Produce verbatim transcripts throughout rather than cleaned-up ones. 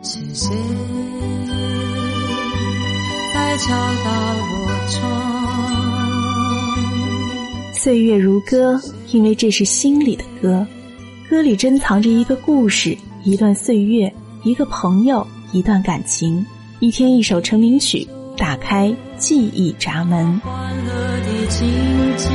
是谁在敲打我窗？ 岁月如歌，因为这是心里的歌，歌里珍藏着一个故事，一段岁月，一个朋友，一段感情。一天一首成名曲，打开记忆闸门。 欢乐的情景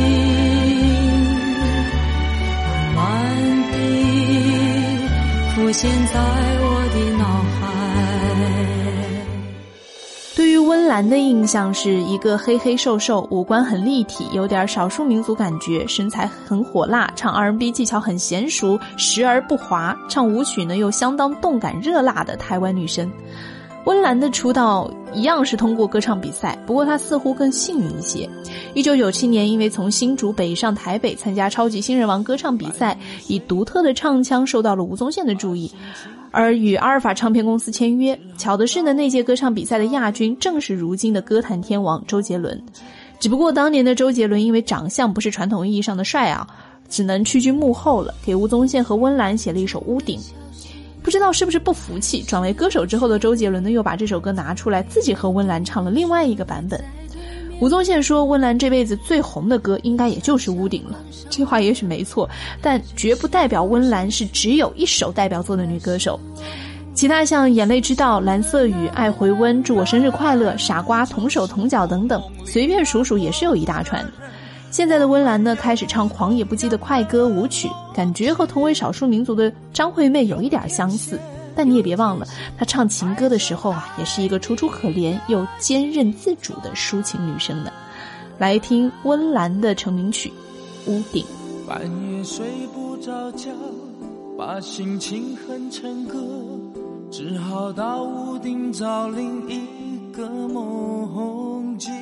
慢慢地浮现在我的脑海。 对于温岚的印象是一个黑黑瘦瘦，五官很立体，有点少数民族感觉，身材很火辣，唱 R and B 技巧很娴熟，时而不滑，唱舞曲呢又相当动感热辣的台湾女生。温岚的出道一样是通过歌唱比赛，不过她似乎更幸运一些。一九九七年，因为从新竹北上台北参加超级新人王歌唱比赛，以独特的唱腔受到了吴宗宪的注意，而与阿尔法唱片公司签约。巧的是呢，那届歌唱比赛的亚军正是如今的歌坛天王周杰伦。只不过当年的周杰伦因为长相不是传统意义上的帅啊，只能屈居幕后了，给吴宗宪和温岚写了一首《屋顶》。不知道是不是不服气，转为歌手之后的周杰伦呢，又把这首歌拿出来，自己和温岚唱了另外一个版本。吴宗宪说，温岚这辈子最红的歌应该也就是《屋顶》了。这话也许没错，但绝不代表温岚是只有一首代表作的女歌手。其他像《眼泪知道》、《蓝色雨》、《爱回温》、《祝我生日快乐》、《傻瓜》、《同手同脚》等等，随便数数也是有一大串。现在的温岚呢，开始唱狂野不羁的快歌舞曲，感觉和同为少数民族的张惠妹有一点相似。但你也别忘了，她唱情歌的时候啊，也是一个楚楚可怜又坚韧自主的抒情女生呢。来听温岚的成名曲《屋顶》。 半夜睡不着觉，把心情哼成歌，只好到屋顶找另一个梦境。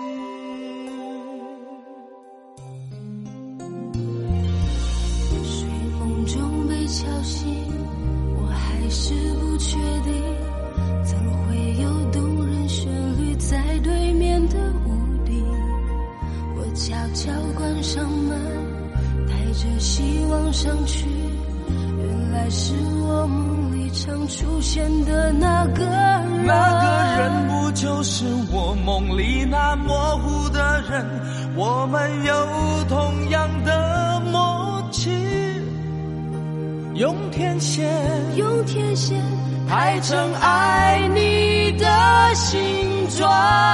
敲醒，我还是不确定，怎会有动人旋律在对面的屋顶。我悄悄关上门，带着希望上去，原来是我梦里常出现的那个人。 那个人不就是我梦里那模糊的人？我们有同样的默契，用天线， 用天线排成爱你的形状，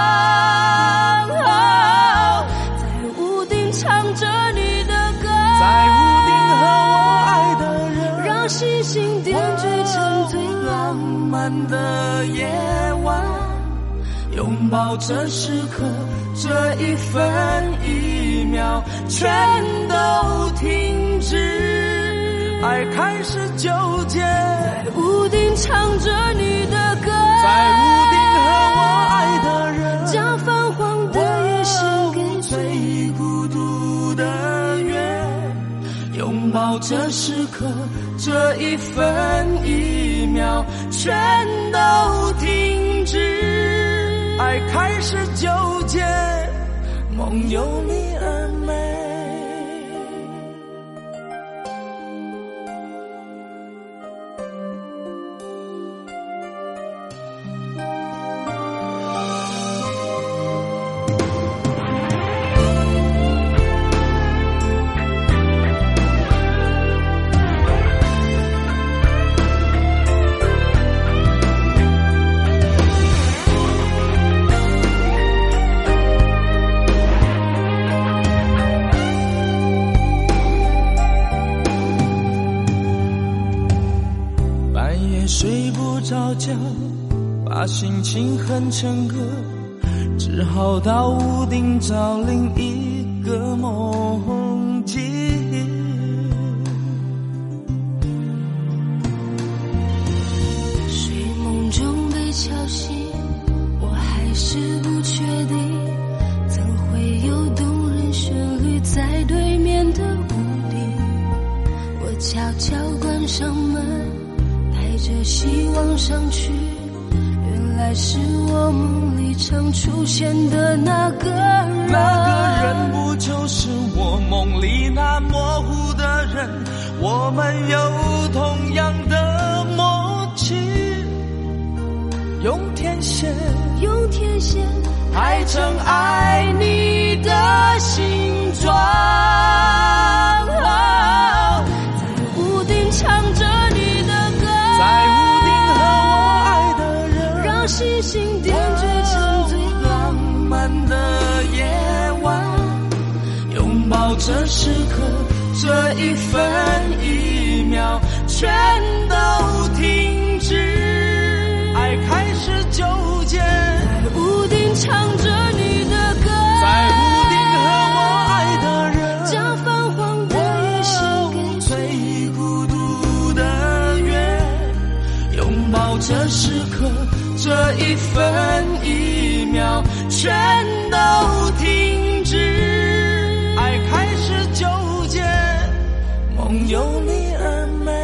哦，在屋顶唱着你的歌， 在屋顶和我爱的人， 让星星点缀成最浪漫的夜晚，拥抱这时刻，这一分一秒全都停止，爱开始纠结， 在屋顶唱着你的歌， 在屋顶和我爱的人， 将泛黄的夜献给最孤独的月，拥抱这时刻，这一分一秒全都停止，爱开始纠结，梦有你而美。睡不着觉，把心情哼成歌，只好到屋顶找另一个梦境。 睡梦中被敲醒，我还是不确定，怎会有动人旋律在对面的屋顶。我悄悄关上门，带着希望上去，原来是我梦里常出现的那个人。 那个人不就是我梦里那模糊的人？我们有同样的默契， 线排成爱你的形状， 在屋顶唱着你的歌， 在屋顶和我爱的人， 让星星点缀成最浪漫的夜晚，拥抱这时刻，这一分一秒全都停止，爱开始纠结， 在屋顶唱着你的歌， 在屋顶和我爱的人， 将泛黄的夜献给最孤独的月，拥抱这时刻，这一分一秒全都停止，爱开始纠结，梦有你而美。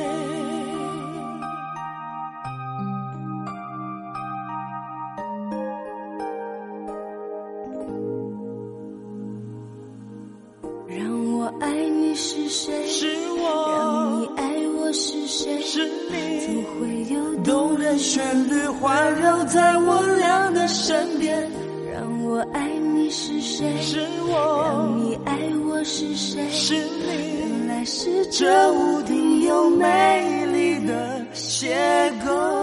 让我爱你是谁？ 是让我你爱我是谁？ 是怎你， 会有动人旋律环绕在我俩的身边。 让我爱你是谁？ 是让我， 你爱我是谁？ 是你， 原来是这屋顶有美丽的邂逅。